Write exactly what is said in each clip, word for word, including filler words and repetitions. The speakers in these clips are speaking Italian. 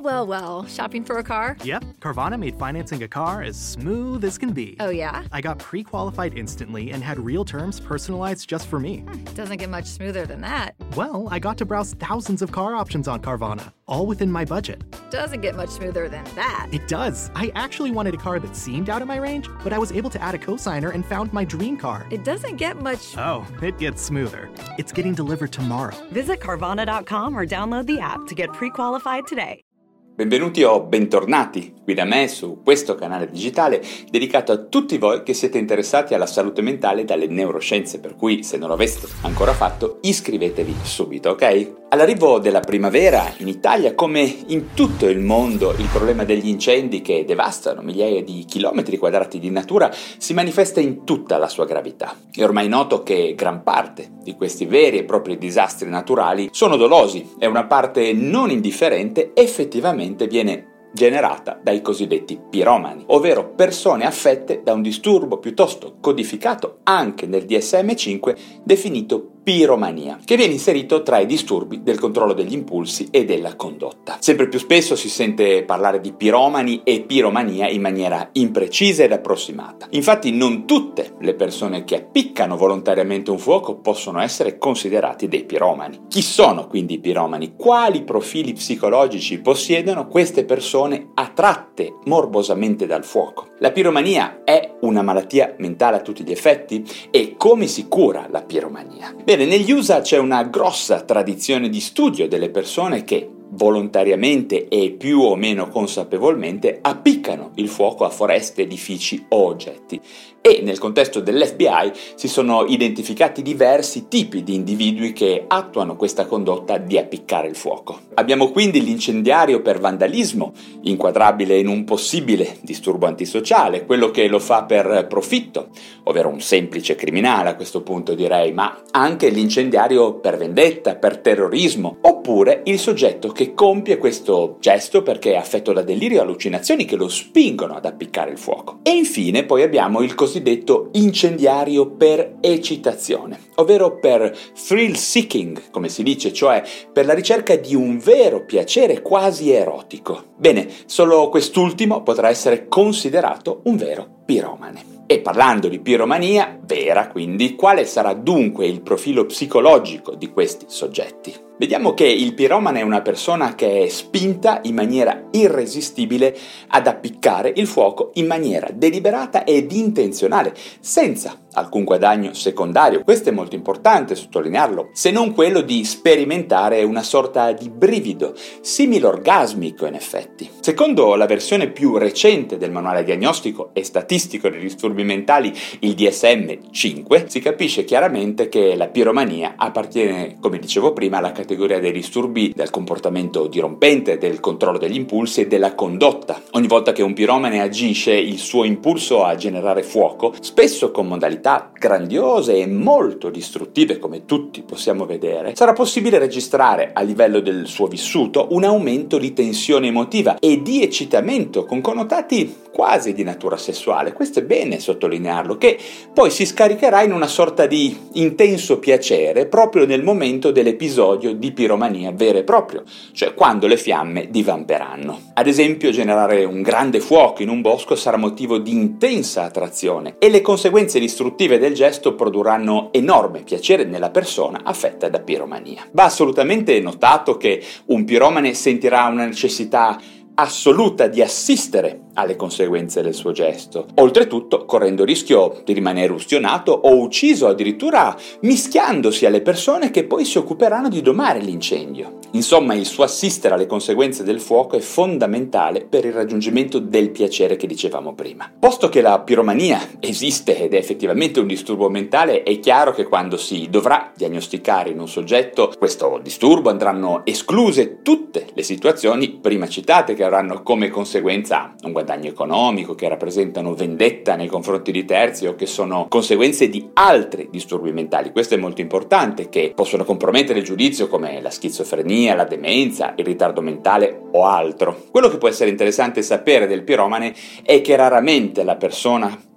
well, well. Shopping for a car? Yep, Carvana made financing a car as smooth as can be. Oh, yeah? I got pre-qualified instantly and had real terms personalized just for me. Hmm, doesn't get much smoother than that. Well, I got to browse thousands of car options on Carvana, all within my budget. Doesn't get much smoother than that. It does. I actually wanted a car that seemed out of my range, but I was able to add a cosigner and found my dream car. It doesn't get much... Oh, it gets smoother. It's getting delivered tomorrow. Visit Carvana dot com or download the app to get pre-qualified today. Benvenuti o bentornati qui da me su questo canale digitale dedicato a tutti voi che siete interessati alla salute mentale dalle neuroscienze, per cui se non l'aveste ancora fatto iscrivetevi subito, ok? All'arrivo della primavera in Italia, come in tutto il mondo, il problema degli incendi che devastano migliaia di chilometri quadrati di natura si manifesta in tutta la sua gravità. È ormai noto che gran parte di questi veri e propri disastri naturali sono dolosi e una parte non indifferente effettivamente viene generata dai cosiddetti piromani, ovvero persone affette da un disturbo piuttosto codificato anche nel D S M cinque definito piromania, che viene inserito tra i disturbi del controllo degli impulsi e della condotta. Sempre più spesso si sente parlare di piromani e piromania in maniera imprecisa ed approssimata. Infatti non tutte le persone che appiccano volontariamente un fuoco possono essere considerati dei piromani. Chi sono quindi i piromani? Quali profili psicologici possiedono queste persone attratte morbosamente dal fuoco? La piromania è una malattia mentale a tutti gli effetti? E come si cura la piromania? Bene, negli U S A c'è una grossa tradizione di studio delle persone che volontariamente e più o meno consapevolmente appiccano il fuoco a foreste, edifici o oggetti. E nel contesto dell'F B I si sono identificati diversi tipi di individui che attuano questa condotta di appiccare il fuoco. Abbiamo quindi l'incendiario per vandalismo, inquadrabile in un possibile disturbo antisociale, quello che lo fa per profitto, ovvero un semplice criminale a questo punto direi, ma anche l'incendiario per vendetta, per terrorismo, oppure il soggetto che compie questo gesto perché è affetto da delirio e allucinazioni che lo spingono ad appiccare il fuoco. E infine poi abbiamo il cosiddetto incendiario per eccitazione, ovvero per thrill seeking, come si dice, cioè per la ricerca di un vero piacere quasi erotico. Bene, solo quest'ultimo potrà essere considerato un vero piromane. E parlando di piromania vera, quindi, quale sarà dunque il profilo psicologico di questi soggetti? Vediamo che il piromane è una persona che è spinta in maniera irresistibile ad appiccare il fuoco in maniera deliberata ed intenzionale, senza alcun guadagno secondario. Questo è molto importante sottolinearlo, se non quello di sperimentare una sorta di brivido, simil-orgasmico in effetti. Secondo la versione più recente del manuale diagnostico e statistico dei disturbi mentali, il D S M cinque, si capisce chiaramente che la piromania appartiene, come dicevo prima, alla categoria dei disturbi del comportamento dirompente, del controllo degli impulsi e della condotta. Ogni volta che un piromane agisce il suo impulso a generare fuoco, spesso con modalità grandiose e molto distruttive, come tutti possiamo vedere, sarà possibile registrare a livello del suo vissuto un aumento di tensione emotiva e di eccitamento con connotati quasi di natura sessuale. Questo è bene sottolinearlo, che poi si scaricherà in una sorta di intenso piacere proprio nel momento dell'episodio di piromania vero e proprio, cioè quando le fiamme divamperanno. Ad esempio, generare un grande fuoco in un bosco sarà motivo di intensa attrazione e le conseguenze distruttive del gesto produrranno enorme piacere nella persona affetta da piromania. Va assolutamente notato che un piromane sentirà una necessità assoluta di assistere alle conseguenze del suo gesto, oltretutto correndo il rischio di rimanere ustionato o ucciso, addirittura mischiandosi alle persone che poi si occuperanno di domare l'incendio. Insomma, il suo assistere alle conseguenze del fuoco è fondamentale per il raggiungimento del piacere che dicevamo prima. Posto che la piromania esiste ed è effettivamente un disturbo mentale, è chiaro che quando si dovrà diagnosticare in un soggetto questo disturbo andranno escluse tutte le situazioni prima citate che avranno come conseguenza un guadagno economico, che rappresentano vendetta nei confronti di terzi o che sono conseguenze di altri disturbi mentali. Questo è molto importante, che possono compromettere il giudizio come la schizofrenia, la demenza, il ritardo mentale o altro. Quello che può essere interessante sapere del piromane è che raramente la persona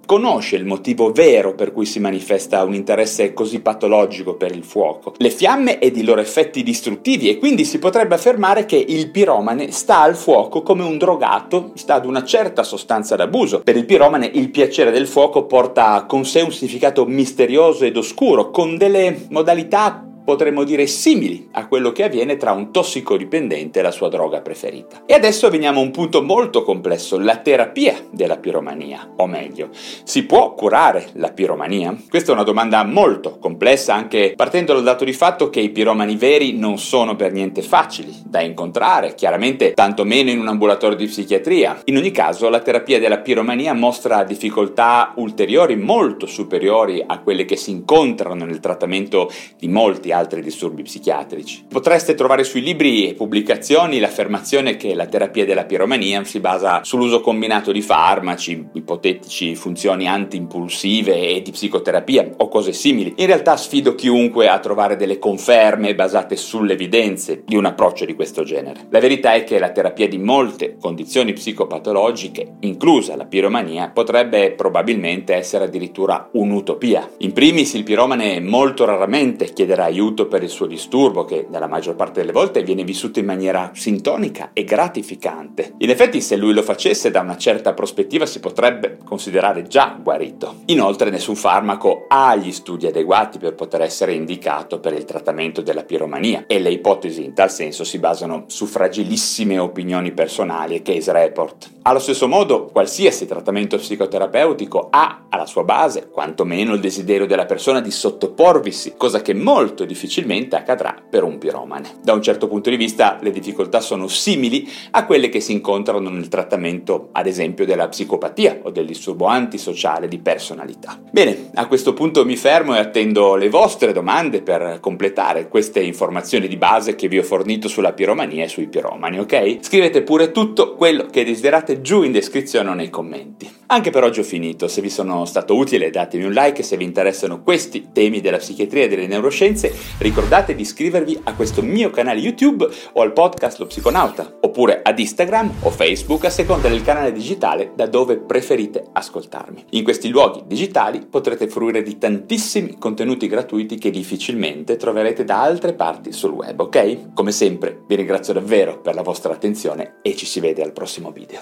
conosce il motivo vero per cui si manifesta un interesse così patologico per il fuoco, le fiamme ed i loro effetti distruttivi, e quindi si potrebbe affermare che il piromane sta al fuoco come un drogato sta ad una certa sostanza d'abuso. Per il piromane il piacere del fuoco porta con sé un significato misterioso ed oscuro, con delle modalità potremmo dire simili a quello che avviene tra un tossicodipendente e la sua droga preferita. E adesso veniamo a un punto molto complesso, la terapia della piromania, o meglio, si può curare la piromania? Questa è una domanda molto complessa, anche partendo dal dato di fatto che i piromani veri non sono per niente facili da incontrare, chiaramente tantomeno in un ambulatorio di psichiatria. In ogni caso, la terapia della piromania mostra difficoltà ulteriori molto superiori a quelle che si incontrano nel trattamento di molti altri disturbi psichiatrici. Potreste trovare sui libri e pubblicazioni l'affermazione che la terapia della piromania si basa sull'uso combinato di farmaci, ipotetici funzioni antiimpulsive e di psicoterapia o cose simili. In realtà sfido chiunque a trovare delle conferme basate sulle evidenze di un approccio di questo genere. La verità è che la terapia di molte condizioni psicopatologiche, inclusa la piromania, potrebbe probabilmente essere addirittura un'utopia. In primis, il piromane molto raramente chiederà aiuto per il suo disturbo, che nella maggior parte delle volte viene vissuto in maniera sintonica e gratificante. In effetti, se lui lo facesse, da una certa prospettiva si potrebbe considerare già guarito. Inoltre, nessun farmaco ha gli studi adeguati per poter essere indicato per il trattamento della piromania, e le ipotesi in tal senso si basano su fragilissime opinioni personali e case report. Allo stesso modo, qualsiasi trattamento psicoterapeutico ha alla sua base quantomeno il desiderio della persona di sottoporvisi, cosa che molto difficilmente accadrà per un piromane. Da un certo punto di vista, le difficoltà sono simili a quelle che si incontrano nel trattamento, ad esempio, della psicopatia o del disturbo antisociale di personalità. Bene, a questo punto mi fermo e attendo le vostre domande per completare queste informazioni di base che vi ho fornito sulla piromania e sui piromani, ok? Scrivete pure tutto quello che desiderate giù in descrizione o nei commenti. Anche per oggi ho finito. Se vi sono stato utile, datemi un like. Se vi interessano questi temi della psichiatria e delle neuroscienze, ricordate di iscrivervi a questo mio canale YouTube o al podcast Lo Psiconauta, oppure ad Instagram o Facebook a seconda del canale digitale da dove preferite ascoltarmi. In questi luoghi digitali potrete fruire di tantissimi contenuti gratuiti che difficilmente troverete da altre parti sul web, ok? Come sempre vi ringrazio davvero per la vostra attenzione e ci si vede al prossimo video.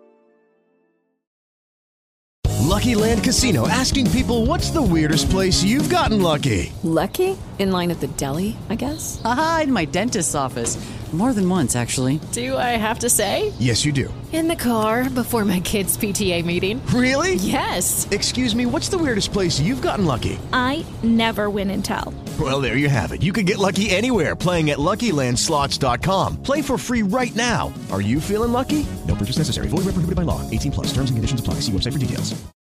Lucky Land Casino, asking people, what's the weirdest place you've gotten lucky? Lucky? In line at the deli, I guess? Aha, in my dentist's office. More than once, actually. Do I have to say? Yes, you do. In the car before my kids' P T A meeting. Really? Yes. Excuse me, what's the weirdest place you've gotten lucky? I never win and tell. Well, there you have it. You can get lucky anywhere, playing at Lucky Land Slots dot com. Play for free right now. Are you feeling lucky? No purchase necessary. Void where prohibited by law. eighteen plus. Terms and conditions apply. See website for details.